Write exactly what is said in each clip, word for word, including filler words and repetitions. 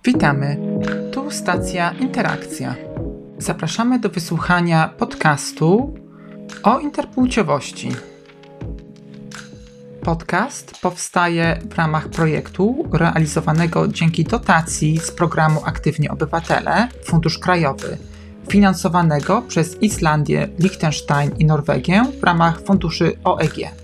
Witamy. Tu stacja Interakcja. Zapraszamy do wysłuchania podcastu o interpłciowości. Podcast powstaje w ramach projektu realizowanego dzięki dotacji z programu Aktywni Obywatele, Fundusz Krajowy, finansowanego przez Islandię, Liechtenstein i Norwegię w ramach funduszy O E G.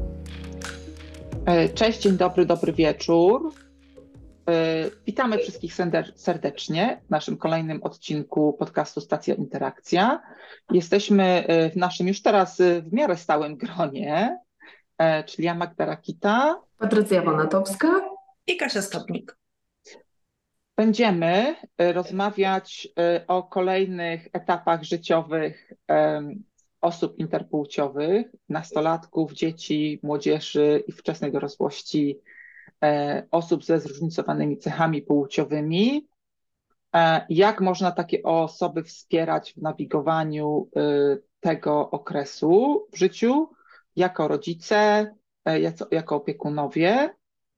Cześć, dzień dobry, dobry wieczór. Witamy wszystkich serdecznie w naszym kolejnym odcinku podcastu Stacja Interakcja. Jesteśmy w naszym już teraz w miarę stałym gronie, czyli ja, Magda Rakita, Patrycja Bonatowska i Kasia Stopnik. Będziemy rozmawiać o kolejnych etapach życiowych osób interpłciowych, nastolatków, dzieci, młodzieży i wczesnej dorosłości osób ze zróżnicowanymi cechami płciowymi. Jak można takie osoby wspierać w nawigowaniu tego okresu w życiu, jako rodzice, jako opiekunowie,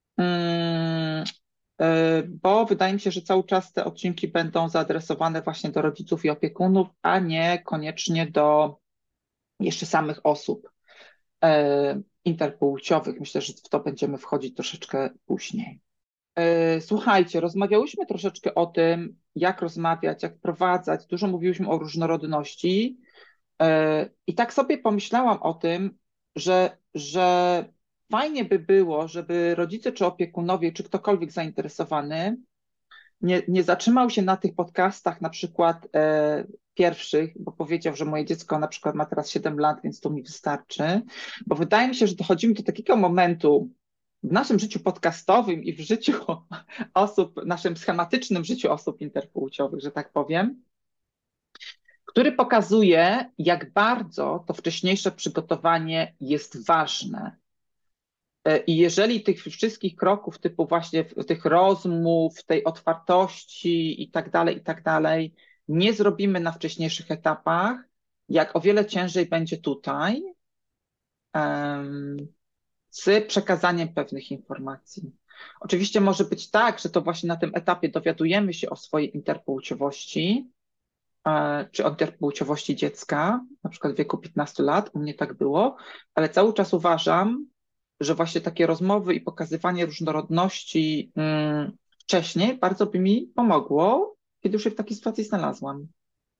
bo wydaje mi się, że cały czas te odcinki będą zaadresowane właśnie do rodziców i opiekunów, a nie koniecznie do jeszcze samych osób interpłciowych. Myślę, że w to będziemy wchodzić troszeczkę później. Słuchajcie, rozmawiałyśmy troszeczkę o tym, jak rozmawiać, jak wprowadzać. Dużo mówiłyśmy o różnorodności i tak sobie pomyślałam o tym, że, że fajnie by było, żeby rodzice czy opiekunowie, czy ktokolwiek zainteresowany nie, nie zatrzymał się na tych podcastach na przykład e, pierwszych, bo powiedział, że moje dziecko na przykład ma teraz siedem lat, więc to mi wystarczy, bo wydaje mi się, że dochodzimy do takiego momentu w naszym życiu podcastowym i w życiu osób, naszym schematycznym życiu osób interpłciowych, że tak powiem, który pokazuje, jak bardzo to wcześniejsze przygotowanie jest ważne. I jeżeli tych wszystkich kroków typu właśnie tych rozmów, tej otwartości i tak dalej, i tak dalej nie zrobimy na wcześniejszych etapach, jak o wiele ciężej będzie tutaj um, z przekazaniem pewnych informacji. Oczywiście może być tak, że to właśnie na tym etapie dowiadujemy się o swojej interpłciowości, e, czy o interpłciowości dziecka, na przykład w wieku piętnastu lat, u mnie tak było, ale cały czas uważam, że właśnie takie rozmowy i pokazywanie różnorodności hmm, wcześniej bardzo by mi pomogło, kiedy już się w takiej sytuacji znalazłam.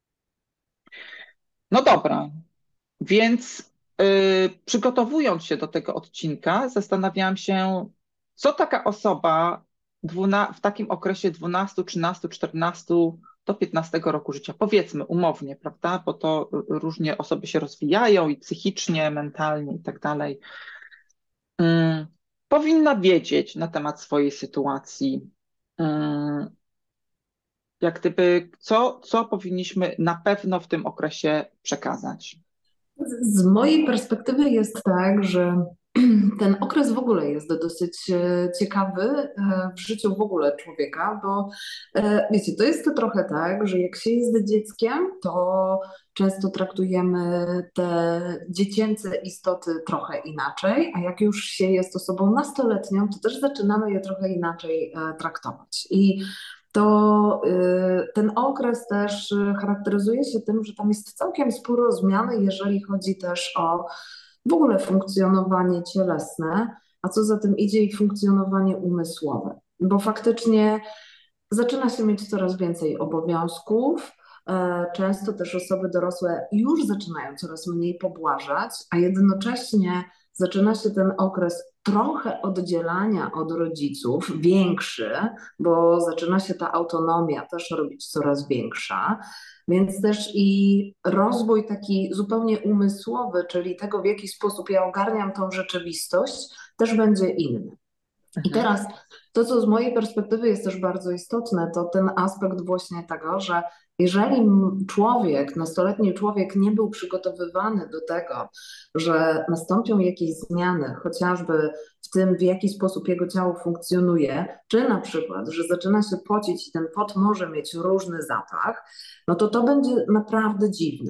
No dobra, więc yy, przygotowując się do tego odcinka, zastanawiałam się, co taka osoba dwuna- w takim okresie dwunastu, trzynastu, czternastu do piętnastego roku życia, powiedzmy umownie, prawda, bo to różnie osoby się rozwijają i psychicznie, mentalnie i tak dalej, Hmm, powinna wiedzieć na temat swojej sytuacji, hmm, jak gdyby, co, co powinniśmy na pewno w tym okresie przekazać. Z mojej perspektywy jest tak, że ten okres w ogóle jest dosyć ciekawy w życiu w ogóle człowieka, bo wiecie, to jest to trochę tak, że jak się jest dzieckiem, to często traktujemy te dziecięce istoty trochę inaczej, a jak już się jest osobą nastoletnią, to też zaczynamy je trochę inaczej traktować. I to ten okres też charakteryzuje się tym, że tam jest całkiem sporo zmiany, jeżeli chodzi też o w ogóle funkcjonowanie cielesne, a co za tym idzie i funkcjonowanie umysłowe. Bo faktycznie zaczyna się mieć coraz więcej obowiązków, często też osoby dorosłe już zaczynają coraz mniej pobłażać, a jednocześnie zaczyna się ten okres trochę oddzielania od rodziców, większy, bo zaczyna się ta autonomia też robić coraz większa, więc też i rozwój taki zupełnie umysłowy, czyli tego, w jaki sposób ja ogarniam tą rzeczywistość, też będzie inny. I teraz to, co z mojej perspektywy jest też bardzo istotne, to ten aspekt właśnie tego, że jeżeli człowiek, nastoletni człowiek nie był przygotowywany do tego, że nastąpią jakieś zmiany, chociażby w tym, w jaki sposób jego ciało funkcjonuje, czy na przykład, że zaczyna się pocić i ten pot może mieć różny zapach, no to to będzie naprawdę dziwne.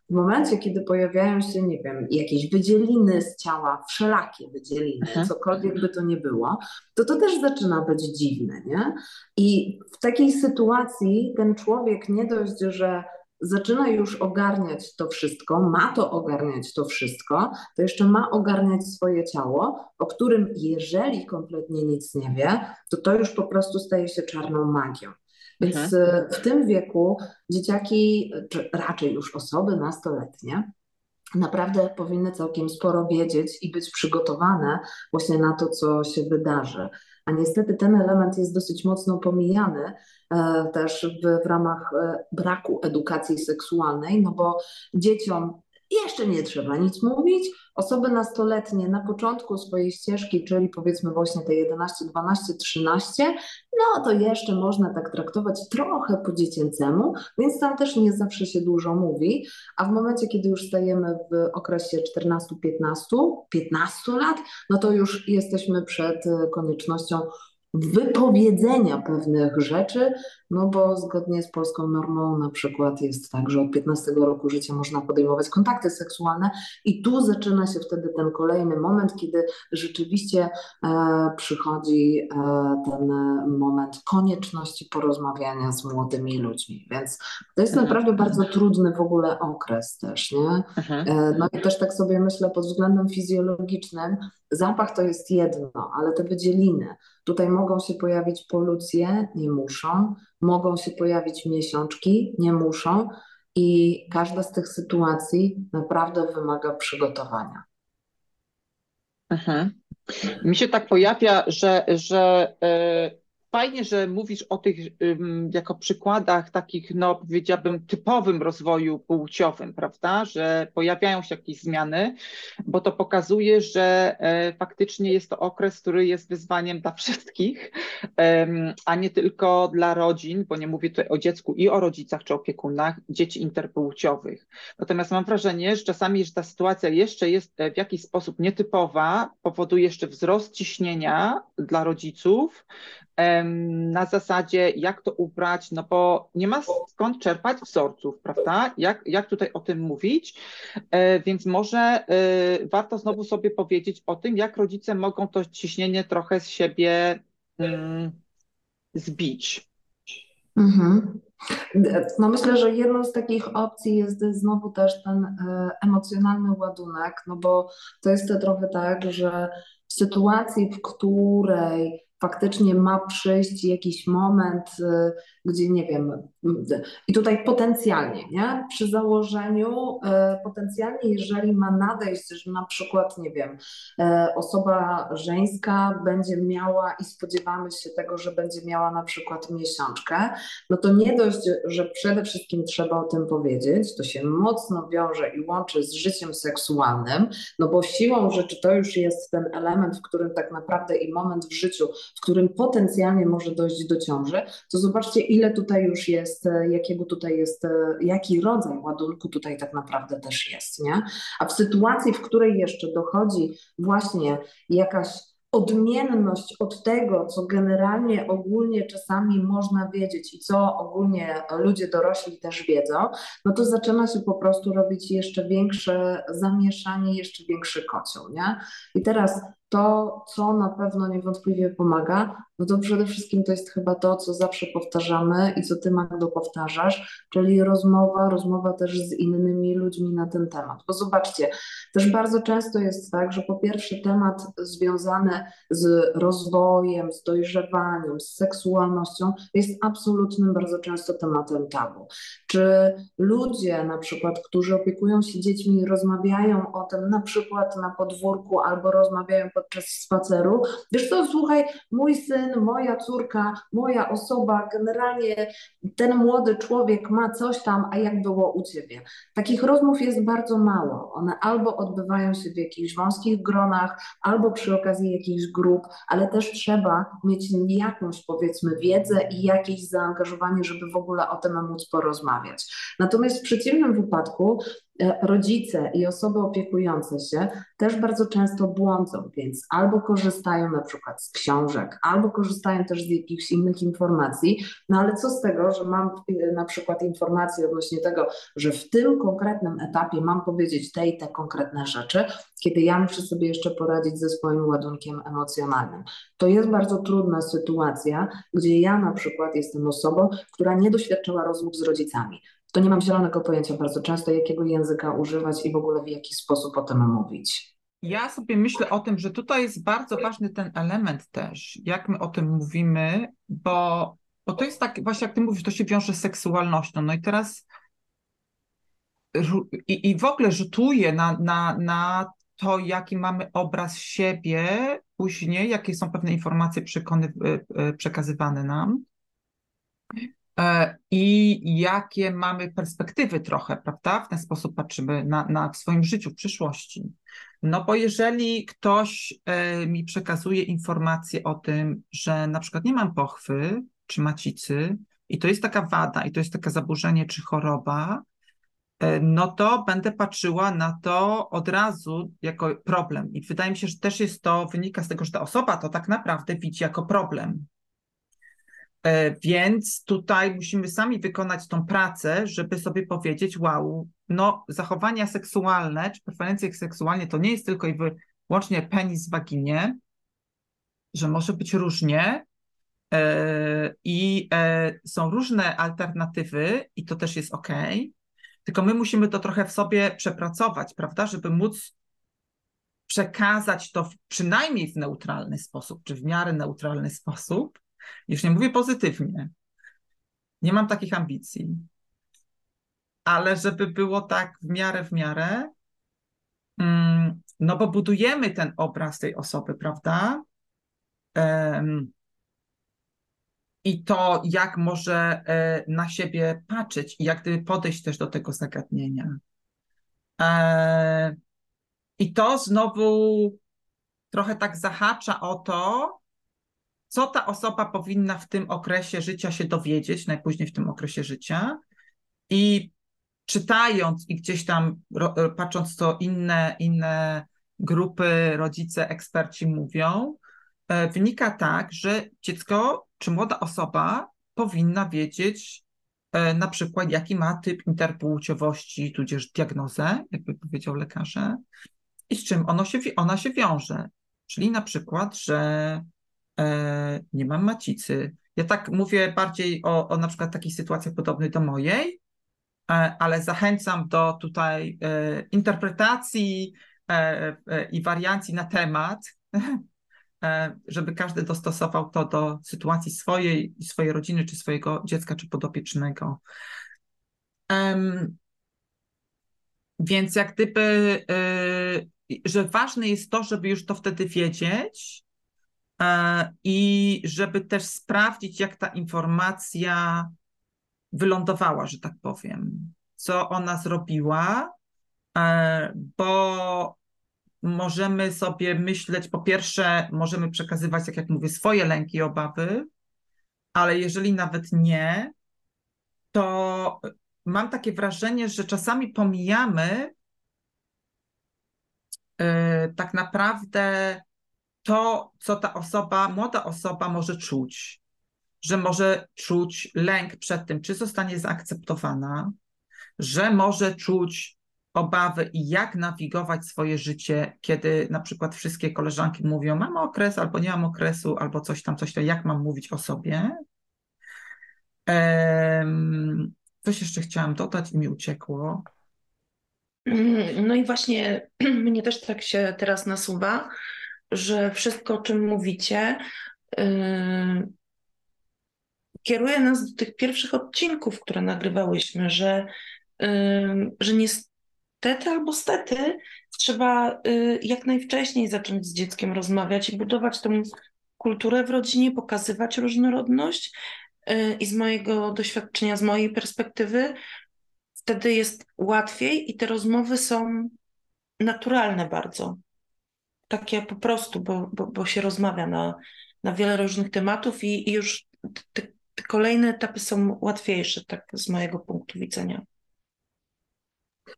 W momencie, kiedy pojawiają się, nie wiem, jakieś wydzieliny z ciała, wszelakie wydzieliny, Mhm. cokolwiek by to nie było, to to też zaczyna być dziwne, nie? I w takiej sytuacji ten człowiek nie dość, że zaczyna już ogarniać to wszystko, ma to ogarniać to wszystko, to jeszcze ma ogarniać swoje ciało, o którym jeżeli kompletnie nic nie wie, to to już po prostu staje się czarną magią. Więc Mhm. e, w tym wieku dzieciaki, czy raczej już osoby nastoletnie, naprawdę powinny całkiem sporo wiedzieć i być przygotowane właśnie na to, co się wydarzy. A niestety ten element jest dosyć mocno pomijany e, też w, w ramach e, braku edukacji seksualnej, no bo dzieciom jeszcze nie trzeba nic mówić. Osoby nastoletnie na początku swojej ścieżki, czyli powiedzmy właśnie te jedenaście, dwanaście, trzynaście, no to jeszcze można tak traktować trochę po dziecięcemu, więc tam też nie zawsze się dużo mówi. A w momencie, kiedy już stajemy w okresie czternastu, piętnastu, piętnastu lat, no to już jesteśmy przed e, koniecznością wypowiedzenia pewnych rzeczy, no bo zgodnie z polską normą na przykład jest tak, że od piętnastego roku życia można podejmować kontakty seksualne i tu zaczyna się wtedy ten kolejny moment, kiedy rzeczywiście e, przychodzi e, ten moment konieczności porozmawiania z młodymi ludźmi, więc to jest Mhm. naprawdę bardzo trudny w ogóle okres też, nie? Mhm. E, No i też tak sobie myślę pod względem fizjologicznym, zapach to jest jedno, ale te wydzieliny, tutaj mogą się pojawić polucje, nie muszą, mogą się pojawić miesiączki, nie muszą i każda z tych sytuacji naprawdę wymaga przygotowania. Mhm. Mi się tak pojawia, że, że e, fajnie, że mówisz o tych ym, jako przykładach takich, no powiedziałabym, typowym rozwoju płciowym, prawda? Że pojawiają się jakieś zmiany, bo to pokazuje, że e, faktycznie jest to okres, który jest wyzwaniem dla wszystkich, em, a nie tylko dla rodzin, bo nie mówię tutaj o dziecku i o rodzicach czy opiekunach, dzieci interpłciowych. Natomiast mam wrażenie, że czasami, że ta sytuacja jeszcze jest e, w jakiś sposób nietypowa, powoduje jeszcze wzrost ciśnienia dla rodziców em, na zasadzie, jak to ubrać, no bo nie ma skąd czerpać wzorców, prawda? Jak, jak tutaj o tym mówić? E, Więc może e, warto znowu sobie powiedzieć o tym, jak rodzice mogą to ciśnienie trochę z siebie mm, zbić. Mhm. No myślę, że jedną z takich opcji jest znowu też ten e, emocjonalny ładunek, no bo to jest to trochę tak, że w sytuacji, w której faktycznie ma przyjść jakiś moment, e, gdzie nie wiem, m, i tutaj potencjalnie, nie? Przy założeniu, e, potencjalnie, jeżeli ma nadejść, że na przykład, nie wiem, e, osoba żeńska będzie miała i spodziewamy się tego, że będzie miała na przykład miesiączkę, no to nie dość, że przede wszystkim trzeba o tym powiedzieć, to się mocno wiąże i łączy z życiem seksualnym, no bo siłą rzeczy to już jest ten element, w którym tak naprawdę i moment w życiu, w którym potencjalnie może dojść do ciąży, to zobaczcie, ile tutaj już jest, jakiego tutaj jest, jaki rodzaj ładunku tutaj tak naprawdę też jest, nie? A w sytuacji, w której jeszcze dochodzi właśnie jakaś odmienność od tego, co generalnie ogólnie czasami można wiedzieć i co ogólnie ludzie dorośli też wiedzą, no to zaczyna się po prostu robić jeszcze większe zamieszanie, jeszcze większy kocioł, nie? I teraz to, co na pewno niewątpliwie pomaga, no to przede wszystkim to jest chyba to, co zawsze powtarzamy i co ty, Magdo, powtarzasz, czyli rozmowa, rozmowa też z innymi ludźmi na ten temat. Bo zobaczcie, też bardzo często jest tak, że po pierwsze temat związany z rozwojem, z dojrzewaniem, z seksualnością jest absolutnym bardzo często tematem tabu. Czy ludzie na przykład, którzy opiekują się dziećmi, rozmawiają o tym na przykład na podwórku albo rozmawiają podczas spaceru? Wiesz co, słuchaj, mój syn, moja córka, moja osoba, generalnie ten młody człowiek ma coś tam, a jak było u ciebie? Takich rozmów jest bardzo mało. One albo odbywają się w jakichś wąskich gronach, albo przy okazji jakichś grup, ale też trzeba mieć jakąś, powiedzmy, wiedzę i jakieś zaangażowanie, żeby w ogóle o tym móc porozmawiać. Natomiast w przeciwnym wypadku rodzice i osoby opiekujące się też bardzo często błądzą, więc albo korzystają na przykład z książek, albo korzystają też z jakichś innych informacji, no ale co z tego, że mam na przykład informacje odnośnie tego, że w tym konkretnym etapie mam powiedzieć te i te konkretne rzeczy, kiedy ja muszę sobie jeszcze poradzić ze swoim ładunkiem emocjonalnym. To jest bardzo trudna sytuacja, gdzie ja na przykład jestem osobą, która nie doświadczyła rozmów z rodzicami. To nie mam zielonego pojęcia bardzo często, jakiego języka używać i w ogóle w jaki sposób o tym mówić. Ja sobie myślę o tym, że tutaj jest bardzo ważny ten element też, jak my o tym mówimy, bo, bo to jest tak, właśnie jak ty mówisz, to się wiąże z seksualnością. No i teraz i, i w ogóle rzutuje na, na, na to, jaki mamy obraz siebie później, jakie są pewne informacje przekony, przekazywane nam. I jakie mamy perspektywy trochę, prawda? W ten sposób patrzymy na, na w swoim życiu, w przyszłości. No bo jeżeli ktoś mi przekazuje informację o tym, że na przykład nie mam pochwy czy macicy i to jest taka wada i to jest takie zaburzenie czy choroba, no to będę patrzyła na to od razu jako problem. I wydaje mi się, że też jest to, wynika z tego, że ta osoba to tak naprawdę widzi jako problem. Więc tutaj musimy sami wykonać tą pracę, żeby sobie powiedzieć, wow, no zachowania seksualne czy preferencje seksualne to nie jest tylko i wyłącznie penis w waginie, że może być różnie i są różne alternatywy i to też jest okej, tylko my musimy to trochę w sobie przepracować, prawda, żeby móc przekazać to w, przynajmniej w neutralny sposób, czy w miarę neutralny sposób. Już nie mówię pozytywnie. Nie mam takich ambicji. Ale żeby było tak w miarę, w miarę, no bo budujemy ten obraz tej osoby, prawda? Um, I to, jak może na siebie patrzeć i jak gdyby podejść też do tego zagadnienia. E, I to znowu trochę tak zahacza o to, co ta osoba powinna w tym okresie życia się dowiedzieć, najpóźniej w tym okresie życia. I czytając i gdzieś tam patrząc, co inne, inne grupy, rodzice, eksperci mówią, wynika tak, że dziecko czy młoda osoba powinna wiedzieć na przykład, jaki ma typ interpłciowości, tudzież diagnozę, jakby powiedział lekarze, i z czym ono się, ona się wiąże. Czyli na przykład, że nie mam macicy. Ja tak mówię bardziej o, o na przykład takich sytuacjach podobnych do mojej, ale zachęcam do tutaj interpretacji i wariancji na temat, żeby każdy dostosował to do sytuacji swojej, swojej rodziny, czy swojego dziecka, czy podopiecznego. Więc jak gdyby, że ważne jest to, żeby już to wtedy wiedzieć, i żeby też sprawdzić, jak ta informacja wylądowała, że tak powiem, co ona zrobiła, bo możemy sobie myśleć, po pierwsze, możemy przekazywać, tak jak mówię, swoje lęki i obawy, ale jeżeli nawet nie, to mam takie wrażenie, że czasami pomijamy tak naprawdę to, co ta osoba, młoda osoba może czuć, że może czuć lęk przed tym, czy zostanie zaakceptowana, że może czuć obawy i jak nawigować swoje życie, kiedy na przykład wszystkie koleżanki mówią, mam okres, albo nie mam okresu, albo coś tam, coś tam, jak mam mówić o sobie. Um, coś jeszcze chciałam dodać i mi uciekło. No i właśnie mnie też tak się teraz nasuwa, że wszystko, o czym mówicie, yy, kieruje nas do tych pierwszych odcinków, które nagrywałyśmy, że, yy, że niestety albo stety trzeba yy, jak najwcześniej zacząć z dzieckiem rozmawiać i budować tę kulturę w rodzinie, pokazywać różnorodność yy, i z mojego doświadczenia, z mojej perspektywy, wtedy jest łatwiej i te rozmowy są naturalne bardzo. Takie po prostu, bo, bo, bo się rozmawia na, na wiele różnych tematów i, i już te, te kolejne etapy są łatwiejsze, tak z mojego punktu widzenia.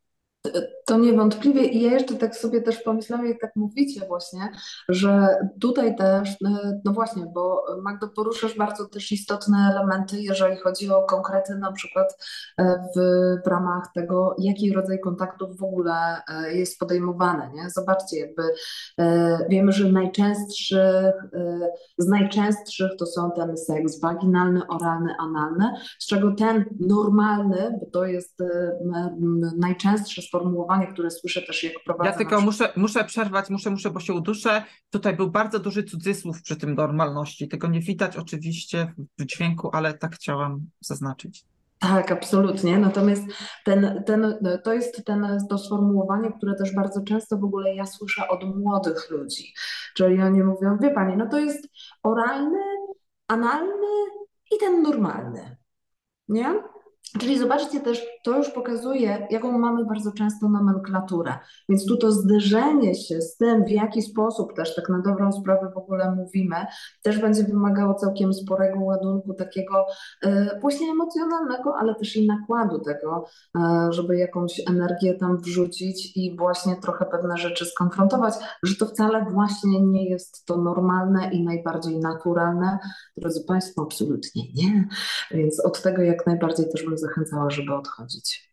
To niewątpliwie i ja jeszcze tak sobie też pomyślałam, jak tak mówicie właśnie, że tutaj też, e, no właśnie, bo Magdo poruszasz bardzo też istotne elementy, jeżeli chodzi o konkrety na przykład e, w, w ramach tego, jaki rodzaj kontaktów w ogóle e, jest podejmowany, nie? Zobaczcie, jakby e, wiemy, że najczęstszych, e, z najczęstszych to są ten seks waginalny, oralny, analny, z czego ten normalny, bo to jest e, m, najczęstsze sformułowanie, które słyszę też, jak Ja prowadzę na tylko przykład. muszę, muszę przerwać, muszę, muszę, bo się uduszę. Tutaj był bardzo duży cudzysłów przy tym normalności. Tego nie widać oczywiście w dźwięku, ale tak chciałam zaznaczyć. Tak, absolutnie. Natomiast ten, ten, to jest ten, to sformułowanie, które też bardzo często w ogóle ja słyszę od młodych ludzi. Czyli oni mówią, wie pani, no to jest oralny, analny i ten normalny. Nie? Czyli zobaczcie też, to już pokazuje, jaką mamy bardzo często nomenklaturę. Więc tu to zderzenie się z tym, w jaki sposób też tak na dobrą sprawę w ogóle mówimy, też będzie wymagało całkiem sporego ładunku takiego e, właśnie emocjonalnego, ale też i nakładu tego, e, żeby jakąś energię tam wrzucić i właśnie trochę pewne rzeczy skonfrontować, że to wcale właśnie nie jest to normalne i najbardziej naturalne. Drodzy Państwo, absolutnie nie. Więc od tego jak najbardziej też bym zachęcała, żeby odchodzić.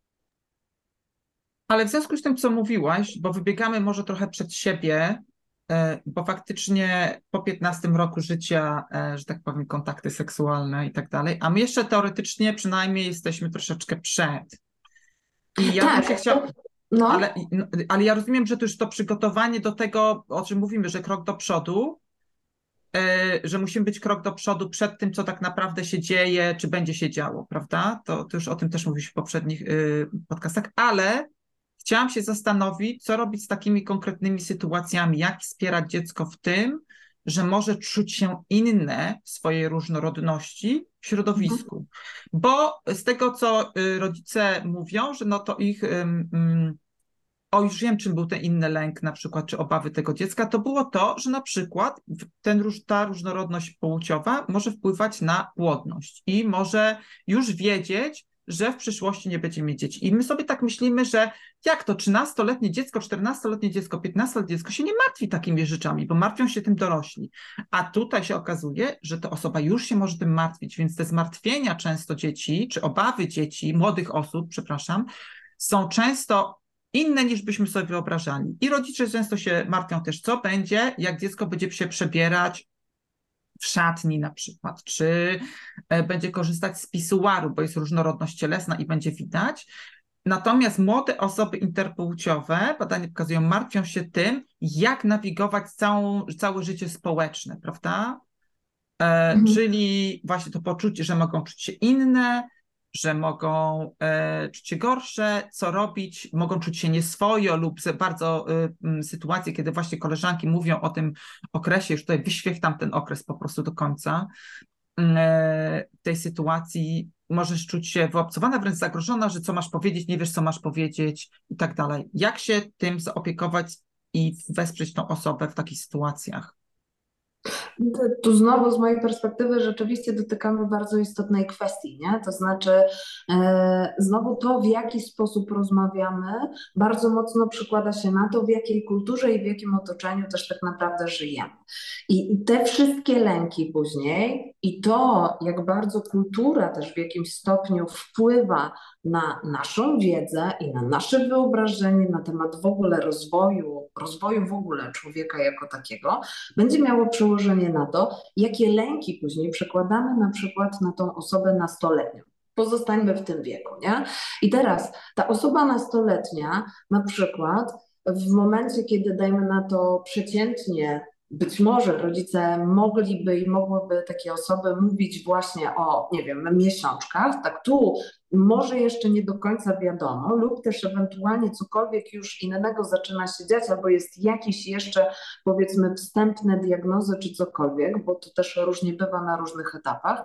Ale w związku z tym, co mówiłaś, bo wybiegamy może trochę przed siebie, e, bo faktycznie po piętnastym roku życia, e, że tak powiem, kontakty seksualne i tak dalej, a my jeszcze teoretycznie przynajmniej jesteśmy troszeczkę przed. I ja bym Tak, się chciała, no. ale, no, ale ja rozumiem, że to już to przygotowanie do tego, o czym mówimy, że krok do przodu, e, że musimy być krok do przodu przed tym, co tak naprawdę się dzieje, czy będzie się działo, prawda? To, to już o tym też mówiliśmy w poprzednich y, podcastach, ale chciałam się zastanowić, co robić z takimi konkretnymi sytuacjami, jak wspierać dziecko w tym, że może czuć się inne w swojej różnorodności w środowisku. Bo z tego, co y, rodzice mówią, że no to ich, ym, ym, o już wiem, czym był ten inny lęk na przykład, czy obawy tego dziecka, to było to, że na przykład ten, ta różnorodność płciowa może wpływać na płodność i może już wiedzieć, że w przyszłości nie będzie mieć dzieci. I my sobie tak myślimy, że jak to trzynastoletnie dziecko, czternastoletnie dziecko, piętnastoletnie dziecko się nie martwi takimi rzeczami, bo martwią się tym dorośli. A tutaj się okazuje, że ta osoba już się może tym martwić, więc te zmartwienia często dzieci, czy obawy dzieci, młodych osób, przepraszam, są często inne niż byśmy sobie wyobrażali. I rodzice często się martwią też, co będzie, jak dziecko będzie się przebierać w szatni na przykład, czy będzie korzystać z pisuaru, bo jest różnorodność cielesna i będzie widać. Natomiast młode osoby interpłciowe, badania pokazują, martwią się tym, jak nawigować całą, całe życie społeczne, prawda? E, Mhm. Czyli właśnie to poczucie, że mogą czuć się inne, że mogą e, czuć się gorsze, co robić, mogą czuć się nieswojo lub bardzo y, sytuacje, kiedy właśnie koleżanki mówią o tym okresie, już tutaj wyświechtam ten okres po prostu do końca, e, tej sytuacji możesz czuć się wyobcowana, wręcz zagrożona, że co masz powiedzieć, nie wiesz, co masz powiedzieć i tak dalej. Jak się tym zaopiekować i wesprzeć tą osobę w takich sytuacjach? Tu znowu z mojej perspektywy rzeczywiście dotykamy bardzo istotnej kwestii, nie? To znaczy e, znowu to, w jaki sposób rozmawiamy, bardzo mocno przykłada się na to, w jakiej kulturze i w jakim otoczeniu też tak naprawdę żyjemy. I, i te wszystkie lęki później i to, jak bardzo kultura też w jakimś stopniu wpływa na naszą wiedzę i na nasze wyobrażenie na temat w ogóle rozwoju, rozwoju w ogóle człowieka jako takiego, będzie miało przełożenie na to, jakie lęki później przekładamy na przykład na tą osobę nastoletnią. Pozostańmy w tym wieku, nie? I teraz ta osoba nastoletnia na przykład w momencie, kiedy dajmy na to przeciętnie, być może rodzice mogliby i mogłyby takie osoby mówić właśnie o, nie wiem, miesiączkach, tak tu może jeszcze nie do końca wiadomo, lub też ewentualnie cokolwiek już innego zaczyna się dziać, albo jest jakieś jeszcze, powiedzmy, wstępne diagnozy czy cokolwiek, bo to też różnie bywa na różnych etapach,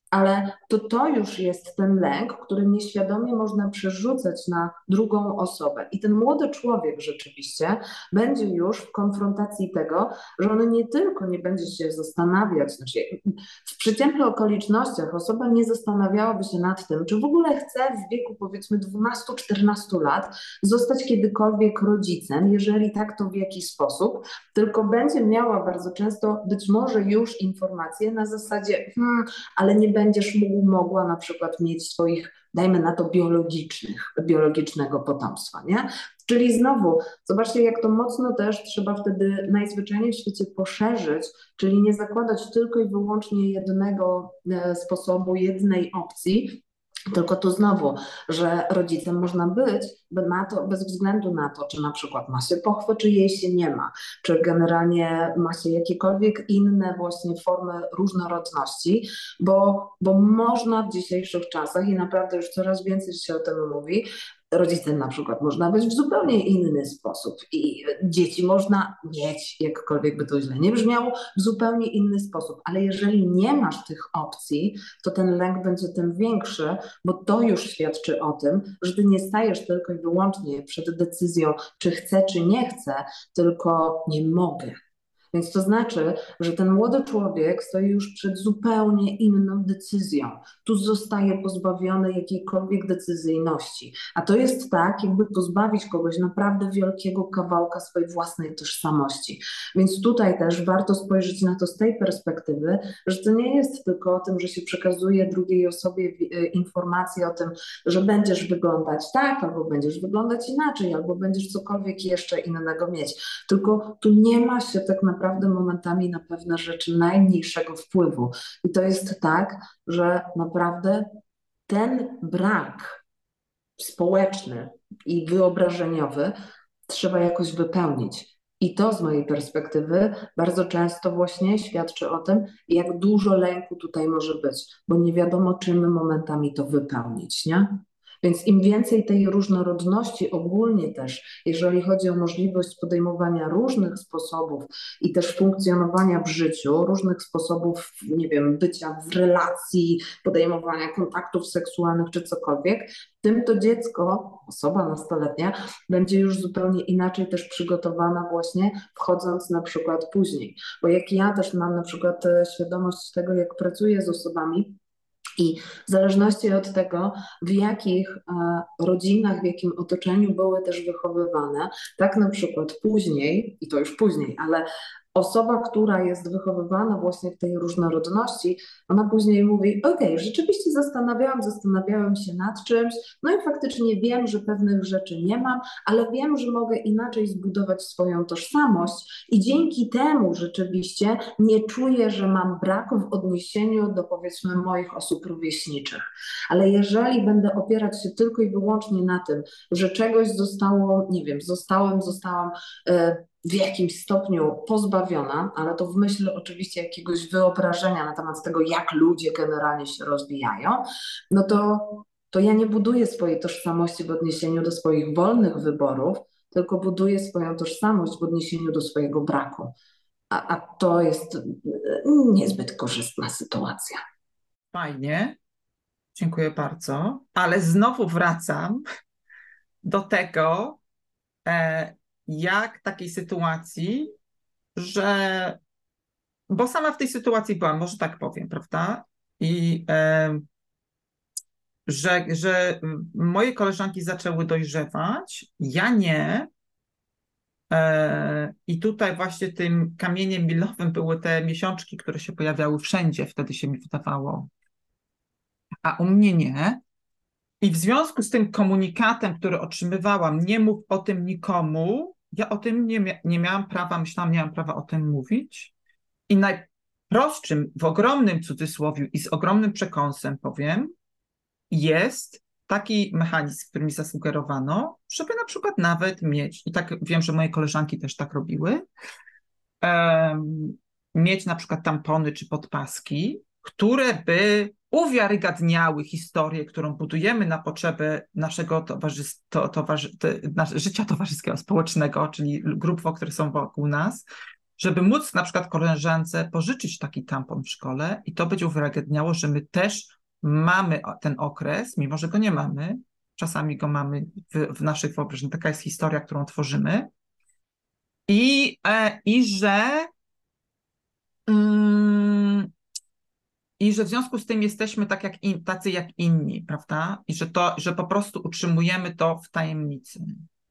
Ale to to już jest ten lęk, który nieświadomie można przerzucać na drugą osobę. I ten młody człowiek rzeczywiście będzie już w konfrontacji tego, że on nie tylko nie będzie się zastanawiać, znaczy w przeciętnych okolicznościach osoba nie zastanawiałaby się nad tym, czy w ogóle chce w wieku powiedzmy dwunastu czternastu lat zostać kiedykolwiek rodzicem, jeżeli tak, to w jaki sposób, tylko będzie miała bardzo często być może już informacje na zasadzie, hmm, ale nie będziesz mógł, mogła na przykład mieć swoich, dajmy na to, biologicznych, biologicznego potomstwa, nie? Czyli znowu, zobaczcie, jak to mocno też trzeba wtedy najzwyczajniej w świecie poszerzyć, czyli nie zakładać tylko i wyłącznie jednego sposobu, jednej opcji, tylko tu znowu, że rodzicem można być na to, bez względu na to, czy na przykład ma się pochwę, czy jej się nie ma, czy generalnie ma się jakiekolwiek inne właśnie formy różnorodności, bo, bo można w dzisiejszych czasach i naprawdę już coraz więcej się o tym mówi, rodzicem na przykład można być w zupełnie inny sposób i dzieci można mieć, jakkolwiek by to źle nie brzmiało, w zupełnie inny sposób, ale jeżeli nie masz tych opcji, to ten lęk będzie tym większy, bo to już świadczy o tym, że ty nie stajesz tylko i wyłącznie przed decyzją, czy chcę, czy nie chcę, tylko nie mogę. Więc to znaczy, że ten młody człowiek stoi już przed zupełnie inną decyzją. Tu zostaje pozbawiony jakiejkolwiek decyzyjności. A to jest tak, jakby pozbawić kogoś naprawdę wielkiego kawałka swojej własnej tożsamości. Więc tutaj też warto spojrzeć na to z tej perspektywy, że to nie jest tylko o tym, że się przekazuje drugiej osobie informacje o tym, że będziesz wyglądać tak, albo będziesz wyglądać inaczej, albo będziesz cokolwiek jeszcze innego mieć. Tylko tu nie ma się tak naprawdę naprawdę momentami na pewne rzeczy najmniejszego wpływu. I to jest tak, że naprawdę ten brak społeczny i wyobrażeniowy trzeba jakoś wypełnić. I to z mojej perspektywy bardzo często właśnie świadczy o tym, jak dużo lęku tutaj może być, bo nie wiadomo, czym momentami to wypełnić, nie? Więc im więcej tej różnorodności ogólnie też, jeżeli chodzi o możliwość podejmowania różnych sposobów i też funkcjonowania w życiu, różnych sposobów, nie wiem, bycia w relacji, podejmowania kontaktów seksualnych czy cokolwiek, tym to dziecko, osoba nastoletnia, będzie już zupełnie inaczej też przygotowana właśnie wchodząc na przykład później. Bo jak ja też mam na przykład świadomość tego, jak pracuję z osobami, i w zależności od tego, w jakich e, rodzinach, w jakim otoczeniu były też wychowywane, tak na przykład później, i to już później, ale osoba, która jest wychowywana właśnie w tej różnorodności, ona później mówi, okej, rzeczywiście zastanawiałam, zastanawiałam się nad czymś, no i faktycznie wiem, że pewnych rzeczy nie mam, ale wiem, że mogę inaczej zbudować swoją tożsamość i dzięki temu rzeczywiście nie czuję, że mam brak w odniesieniu do, powiedzmy, moich osób rówieśniczych. Ale jeżeli będę opierać się tylko i wyłącznie na tym, że czegoś zostało, nie wiem, zostałem, zostałam e, w jakimś stopniu pozbawiona, ale to w myśl oczywiście jakiegoś wyobrażenia na temat tego, jak ludzie generalnie się rozwijają, no to, to ja nie buduję swojej tożsamości w odniesieniu do swoich wolnych wyborów, tylko buduję swoją tożsamość w odniesieniu do swojego braku. A, a to jest niezbyt korzystna sytuacja. Fajnie, dziękuję bardzo, ale znowu wracam do tego, e, jak takiej sytuacji, że, bo sama w tej sytuacji byłam, może tak powiem, prawda? I e, że, że moje koleżanki zaczęły dojrzewać, ja nie. E, I tutaj właśnie tym kamieniem milowym były te miesiączki, które się pojawiały wszędzie, wtedy się mi wydawało, a u mnie nie. I w związku z tym komunikatem, który otrzymywałam, nie mów o tym nikomu, ja o tym nie, mia nie miałam prawa, myślałam, nie miałam prawa o tym mówić. I najprostszym, w ogromnym cudzysłowiu i z ogromnym przekąsem powiem, jest taki mechanizm, który mi zasugerowano, żeby na przykład nawet mieć, i tak wiem, że moje koleżanki też tak robiły, um, mieć na przykład tampony czy podpaski, które by uwiarygadniały historię, którą budujemy na potrzeby naszego towarzys to, towarzy to, nasz, życia towarzyskiego, społecznego, czyli grup, które są wokół nas, żeby móc na przykład koleżance pożyczyć taki tampon w szkole i to będzie uwiarygadniało, że my też mamy ten okres, mimo że go nie mamy, czasami go mamy w, w naszych wyobrażeniach, taka jest historia, którą tworzymy i, e, i że mm, i że w związku z tym jesteśmy tak jak in, tacy jak inni, prawda? I że, to, że po prostu utrzymujemy to w tajemnicy.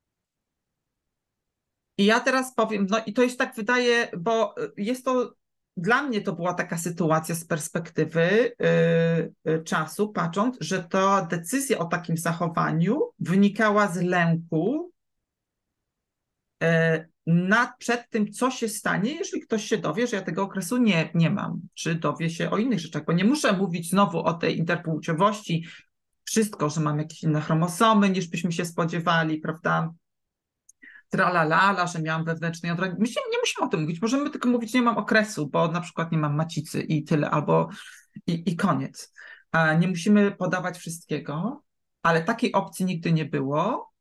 I ja teraz powiem, no i to jest tak wydaje, bo jest to, dla mnie to była taka sytuacja z perspektywy yy, yy, czasu, patrząc, że ta decyzja o takim zachowaniu wynikała z lęku yy, nad, przed tym, co się stanie, jeżeli ktoś się dowie, że ja tego okresu nie, nie mam, czy dowie się o innych rzeczach, bo nie muszę mówić znowu o tej interpłciowości, wszystko, że mam jakieś inne chromosomy, niż byśmy się spodziewali, prawda? Tralalala, że miałam wewnętrzne jądro. My się, nie musimy o tym mówić, możemy tylko mówić, nie mam okresu, bo na przykład nie mam macicy i tyle, albo i, i koniec. Nie musimy podawać wszystkiego, ale takiej opcji nigdy nie było.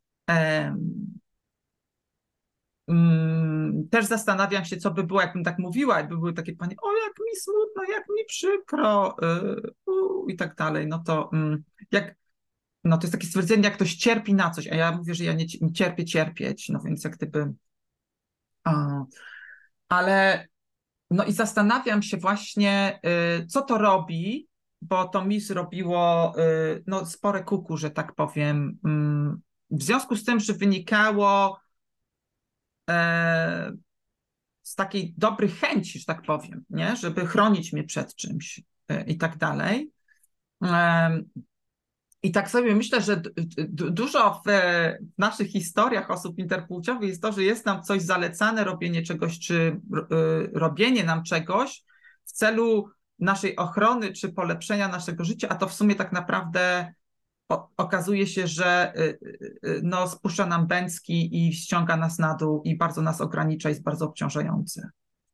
Też zastanawiam się, co by było, jakbym tak mówiła, jakby były takie panie, o jak mi smutno, jak mi przykro yy, i tak dalej, no to yy, jak no to jest takie stwierdzenie, jak ktoś cierpi na coś, a ja mówię, że ja nie, nie cierpię cierpieć, no więc jak gdyby... A, ale no i zastanawiam się właśnie, y, co to robi, bo to mi zrobiło y, no, spore kuku, że tak powiem, y, w związku z tym, że wynikało y, z takiej dobrej chęci, że tak powiem, nie? Żeby chronić mnie przed czymś y, i tak dalej. Y, I tak sobie myślę, że dużo w naszych historiach osób interpłciowych jest to, że jest nam coś zalecane, robienie czegoś, czy robienie nam czegoś w celu naszej ochrony, czy polepszenia naszego życia, a to w sumie tak naprawdę okazuje się, że no, spuszcza nam bęcki i ściąga nas na dół i bardzo nas ogranicza, jest bardzo obciążający.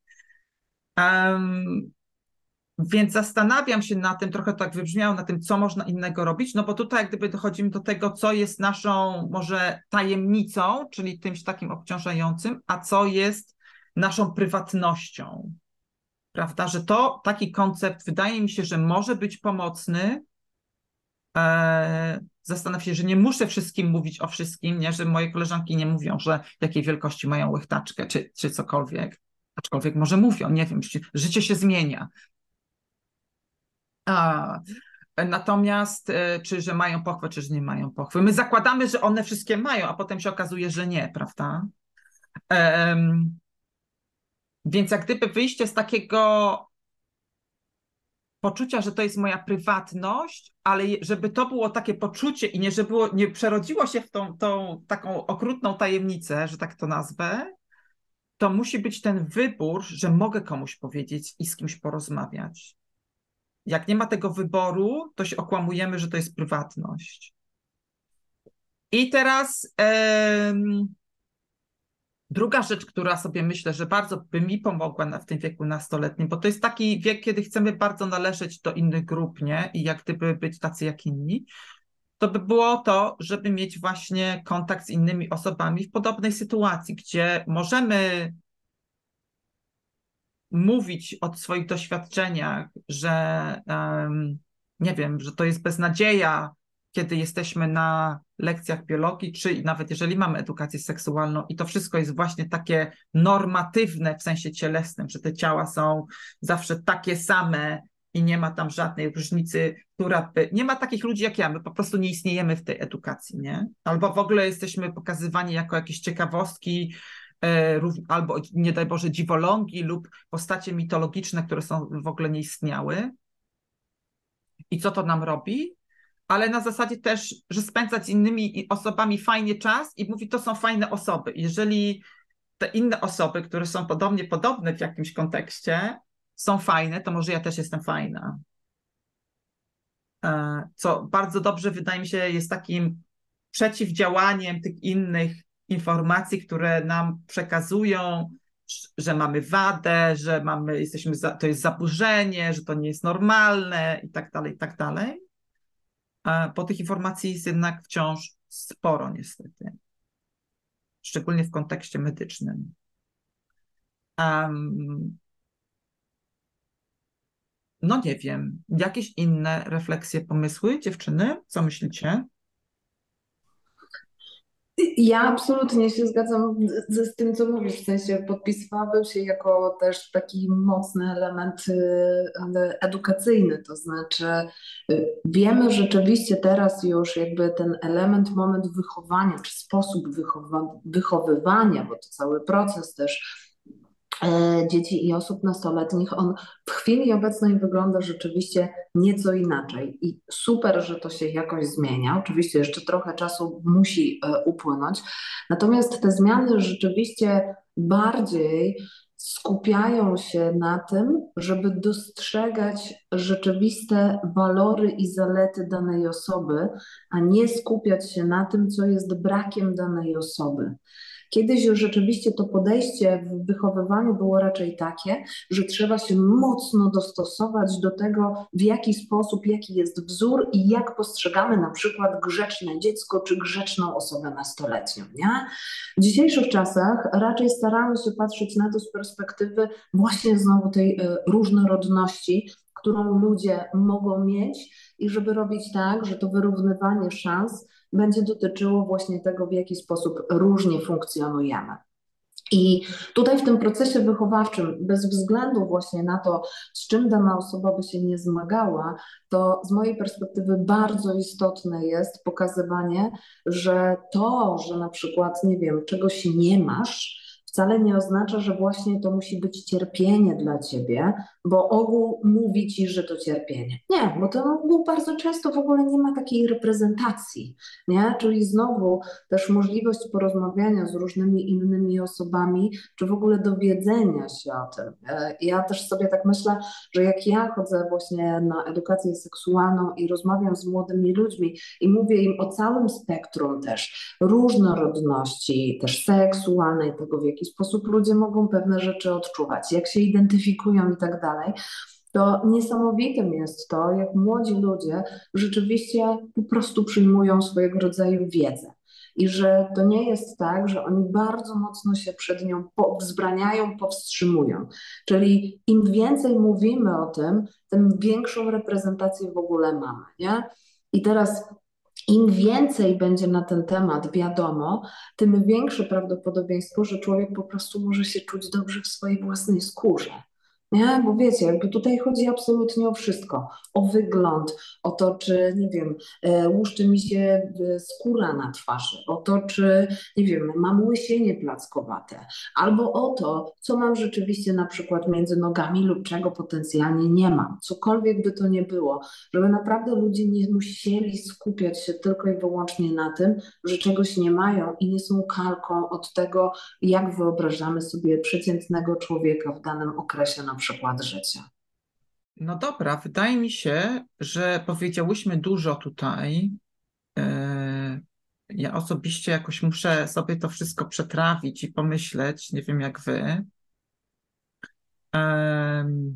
Um, Więc zastanawiam się na tym, trochę tak wybrzmiało, na tym, co można innego robić, no bo tutaj jak gdyby dochodzimy do tego, co jest naszą może tajemnicą, czyli czymś takim obciążającym, a co jest naszą prywatnością, prawda, że to taki koncept wydaje mi się, że może być pomocny. Eee, zastanawiam się, że nie muszę wszystkim mówić o wszystkim, nie? Że moje koleżanki nie mówią, że jakiej wielkości mają łechtaczkę, czy, czy cokolwiek, aczkolwiek może mówią, nie wiem, życie się zmienia. A, natomiast czy że mają pochwę, czy że nie mają pochwy. My zakładamy, że one wszystkie mają, a potem się okazuje, że nie, prawda? Um, więc jak gdyby wyjście z takiego poczucia, że to jest moja prywatność, ale żeby to było takie poczucie i nie, żeby było, nie przerodziło się w tą, tą taką okrutną tajemnicę, że tak to nazwę, to musi być ten wybór, że mogę komuś powiedzieć i z kimś porozmawiać. Jak nie ma tego wyboru, to się okłamujemy, że to jest prywatność. I teraz em, druga rzecz, która sobie myślę, że bardzo by mi pomogła na, w tym wieku nastoletnim, bo to jest taki wiek, kiedy chcemy bardzo należeć do innych grup, nie? I jak gdyby być tacy jak inni, to by było to, żeby mieć właśnie kontakt z innymi osobami w podobnej sytuacji, gdzie możemy mówić o swoich doświadczeniach, że um, nie wiem, że to jest beznadzieja, kiedy jesteśmy na lekcjach biologii, czy nawet jeżeli mamy edukację seksualną i to wszystko jest właśnie takie normatywne w sensie cielesnym, że te ciała są zawsze takie same i nie ma tam żadnej różnicy, która by... Nie ma takich ludzi jak ja, my po prostu nie istniejemy w tej edukacji, nie? Albo w ogóle jesteśmy pokazywani jako jakieś ciekawostki, albo nie daj Boże dziwolągi lub postacie mitologiczne, które są w ogóle nie istniały. I co to nam robi? Ale na zasadzie też, że spędzać z innymi osobami fajnie czas i mówi, to są fajne osoby. Jeżeli te inne osoby, które są podobnie podobne w jakimś kontekście, są fajne, to może ja też jestem fajna. Co bardzo dobrze, wydaje mi się, jest takim przeciwdziałaniem tych innych informacji, które nam przekazują, że mamy wadę, że mamy, jesteśmy za, to jest zaburzenie, że to nie jest normalne i tak dalej, i tak dalej. Bo tych informacji jest jednak wciąż sporo niestety. Szczególnie w kontekście medycznym. Um, no nie wiem, jakieś inne refleksje, pomysły, dziewczyny? Co myślicie? Ja absolutnie się zgadzam z, z tym, co mówisz, w sensie podpisywałabym się jako też taki mocny element y, ale edukacyjny, to znaczy y, wiemy rzeczywiście teraz już jakby ten element, moment wychowania, czy sposób wychowa wychowywania, bo to cały proces też e, dzieci i osób nastoletnich, on w chwili obecnej wygląda rzeczywiście nieco inaczej. I super, że to się jakoś zmienia. Oczywiście jeszcze trochę czasu musi e, upłynąć. Natomiast te zmiany rzeczywiście bardziej skupiają się na tym, żeby dostrzegać rzeczywiste walory i zalety danej osoby, a nie skupiać się na tym, co jest brakiem danej osoby. Kiedyś już rzeczywiście to podejście w wychowywaniu było raczej takie, że trzeba się mocno dostosować do tego, w jaki sposób, jaki jest wzór i jak postrzegamy na przykład grzeczne dziecko czy grzeczną osobę nastoletnią, nie? W dzisiejszych czasach raczej staramy się patrzeć na to z perspektywy właśnie znowu tej y, różnorodności, którą ludzie mogą mieć i żeby robić tak, że to wyrównywanie szans będzie dotyczyło właśnie tego, w jaki sposób różnie funkcjonujemy. I tutaj w tym procesie wychowawczym, bez względu właśnie na to, z czym dana osoba by się nie zmagała, to z mojej perspektywy bardzo istotne jest pokazywanie, że to, że na przykład, nie wiem, czegoś nie masz, wcale nie oznacza, że właśnie to musi być cierpienie dla ciebie, bo ogół mówi ci, że to cierpienie. Nie, bo ten ogół bardzo często w ogóle nie ma takiej reprezentacji, nie? Czyli znowu też możliwość porozmawiania z różnymi innymi osobami, czy w ogóle dowiedzenia się o tym. E, Ja też sobie tak myślę, że jak ja chodzę właśnie na edukację seksualną i rozmawiam z młodymi ludźmi i mówię im o całym spektrum też różnorodności, też seksualnej, tego w jaki sposób ludzie mogą pewne rzeczy odczuwać, jak się identyfikują i tak dalej, to niesamowitym jest to, jak młodzi ludzie rzeczywiście po prostu przyjmują swojego rodzaju wiedzę. I że to nie jest tak, że oni bardzo mocno się przed nią wzbraniają, powstrzymują. Czyli im więcej mówimy o tym, tym większą reprezentację w ogóle mamy, nie? I teraz im więcej będzie na ten temat wiadomo, tym większe prawdopodobieństwo, że człowiek po prostu może się czuć dobrze w swojej własnej skórze. Nie, bo wiecie, jakby tutaj chodzi absolutnie o wszystko. O wygląd, o to, czy, nie wiem, e, łuszczy mi się e, skóra na twarzy, o to, czy, nie wiem, mam łysienie plackowate, albo o to, co mam rzeczywiście na przykład między nogami lub czego potencjalnie nie mam. Cokolwiek by to nie było, żeby naprawdę ludzie nie musieli skupiać się tylko i wyłącznie na tym, że czegoś nie mają i nie są kalką od tego, jak wyobrażamy sobie przeciętnego człowieka w danym okresie na przykład życia. No dobra, wydaje mi się, że powiedziałyśmy dużo tutaj. Yy, Ja osobiście jakoś muszę sobie to wszystko przetrawić i pomyśleć, nie wiem jak wy. Em,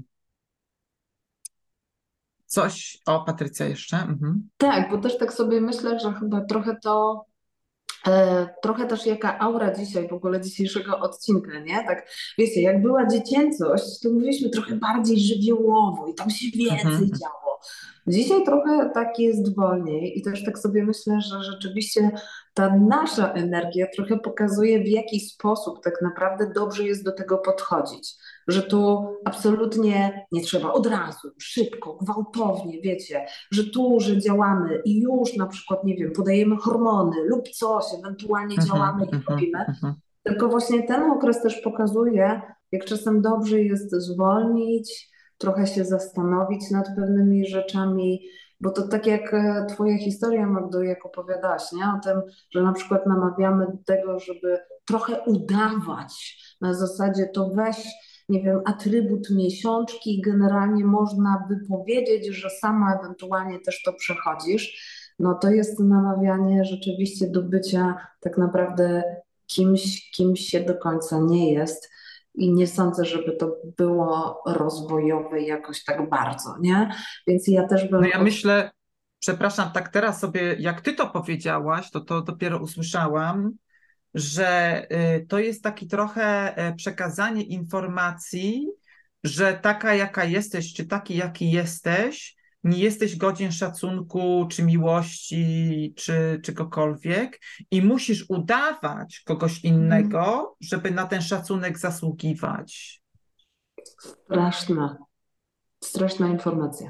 Coś, o Patrycja jeszcze. Mhm. Tak, bo też tak sobie myślę, że chyba trochę to, e, trochę też jaka aura dzisiaj, w ogóle dzisiejszego odcinka, nie? Tak, wiecie, jak była dziecięcość, to mówiliśmy trochę bardziej żywiołowo i tam się więcej Mhm. działo. Dzisiaj trochę tak jest wolniej i też tak sobie myślę, że rzeczywiście ta nasza energia trochę pokazuje, w jaki sposób tak naprawdę dobrze jest do tego podchodzić. Że tu absolutnie nie trzeba od razu, szybko, gwałtownie, wiecie, że tu, że działamy i już na przykład, nie wiem, podajemy hormony lub coś, ewentualnie Mhm, działamy i mhm, robimy. mhm. Tylko właśnie ten okres też pokazuje, jak czasem dobrze jest zwolnić, trochę się zastanowić nad pewnymi rzeczami, bo to tak jak e, twoja historia, Magdo, jak opowiadałaś, nie? O tym, że na przykład namawiamy do tego, żeby trochę udawać, na zasadzie to weź, nie wiem, atrybut miesiączki, generalnie można by powiedzieć, że sama ewentualnie też to przechodzisz, no to jest namawianie rzeczywiście do bycia tak naprawdę kimś, kimś się do końca nie jest. I nie sądzę, żeby to było rozwojowe jakoś tak bardzo, nie? Więc ja też No bym ja od... myślę, przepraszam, tak teraz sobie, jak ty to powiedziałaś, to to dopiero usłyszałam, że to jest taki trochę przekazanie informacji, że taka jaka jesteś, czy taki jaki jesteś, nie jesteś godzien szacunku, czy miłości, czy czegokolwiek i musisz udawać kogoś innego, żeby na ten szacunek zasługiwać. Straszna, straszna informacja.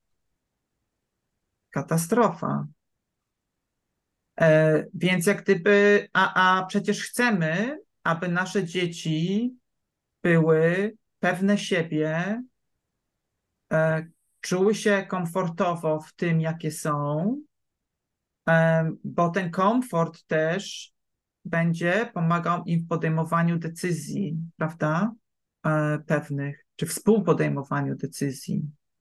Katastrofa. E, więc jak gdyby, a, a przecież chcemy, aby nasze dzieci były pewne siebie, e, czuły się komfortowo w tym, jakie są, e, bo ten komfort też będzie pomagał im w podejmowaniu decyzji, prawda? E, pewnych, czy współpodejmowaniu decyzji.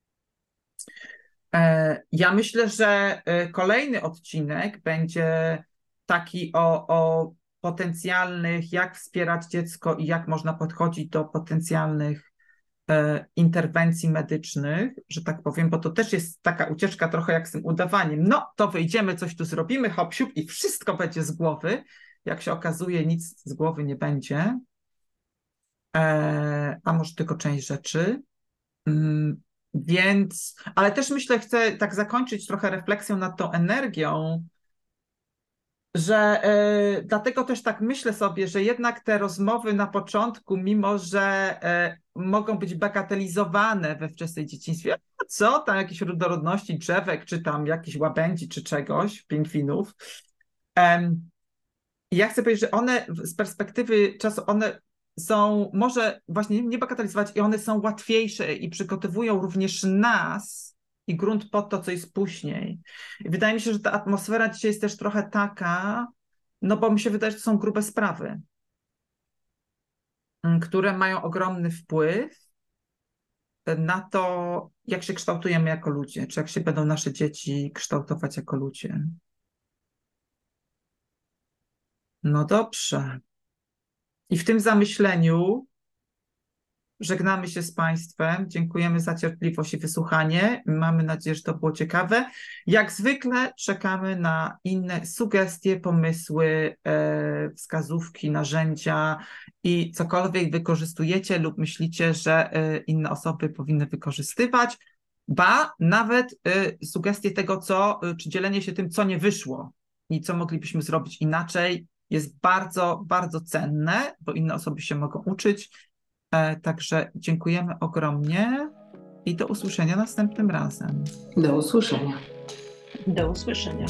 Ja myślę, że kolejny odcinek będzie taki o, o potencjalnych, jak wspierać dziecko i jak można podchodzić do potencjalnych e, interwencji medycznych, że tak powiem, bo to też jest taka ucieczka trochę jak z tym udawaniem. No, to wyjdziemy, coś tu zrobimy, hop, siup i wszystko będzie z głowy. Jak się okazuje, nic z głowy nie będzie, e, a może tylko część rzeczy. Mm. Więc, ale też myślę, chcę tak zakończyć trochę refleksją nad tą energią, że y, dlatego też tak myślę sobie, że jednak te rozmowy na początku, mimo że y, mogą być bagatelizowane we wczesnej dzieciństwie, co tam jakieś różnorodności drzewek, czy tam jakichś łabędzi, czy czegoś, pingwinów. Um, ja chcę powiedzieć, że one z perspektywy czasu, one są, może właśnie nie bagatelizować i one są łatwiejsze i przygotowują również nas i grunt pod to, co jest później. I wydaje mi się, że ta atmosfera dzisiaj jest też trochę taka, no bo mi się wydaje, że to są grube sprawy, które mają ogromny wpływ na to, jak się kształtujemy jako ludzie, czy jak się będą nasze dzieci kształtować jako ludzie. No dobrze. I w tym zamyśleniu żegnamy się z Państwem. Dziękujemy za cierpliwość i wysłuchanie. Mamy nadzieję, że to było ciekawe. Jak zwykle czekamy na inne sugestie, pomysły, e, wskazówki, narzędzia i cokolwiek wykorzystujecie lub myślicie, że e, inne osoby powinny wykorzystywać. Ba, nawet e, sugestie tego, co, czy dzielenie się tym, co nie wyszło i co moglibyśmy zrobić inaczej, jest bardzo, bardzo cenne, bo inne osoby się mogą uczyć. E, także dziękujemy ogromnie i do usłyszenia następnym razem. Do usłyszenia. Do usłyszenia.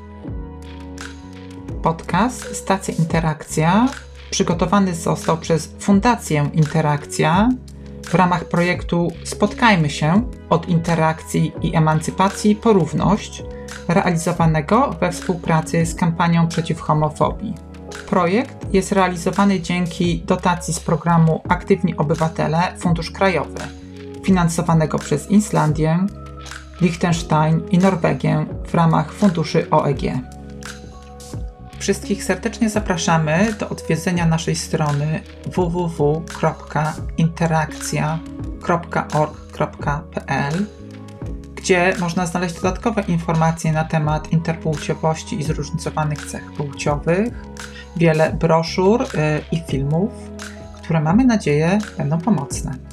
Podcast Stacja Interakcja przygotowany został przez Fundację Interakcja w ramach projektu Spotkajmy się od interakcji i emancypacji po równość, realizowanego we współpracy z kampanią przeciw homofobii. Projekt jest realizowany dzięki dotacji z programu Aktywni Obywatele Fundusz Krajowy, finansowanego przez Islandię, Liechtenstein i Norwegię w ramach funduszy O E G. Wszystkich serdecznie zapraszamy do odwiedzenia naszej strony w w w kropka interakcja kropka org kropka p l, gdzie można znaleźć dodatkowe informacje na temat interpłciowości i zróżnicowanych cech płciowych, wiele broszur i filmów, które mamy nadzieję będą pomocne.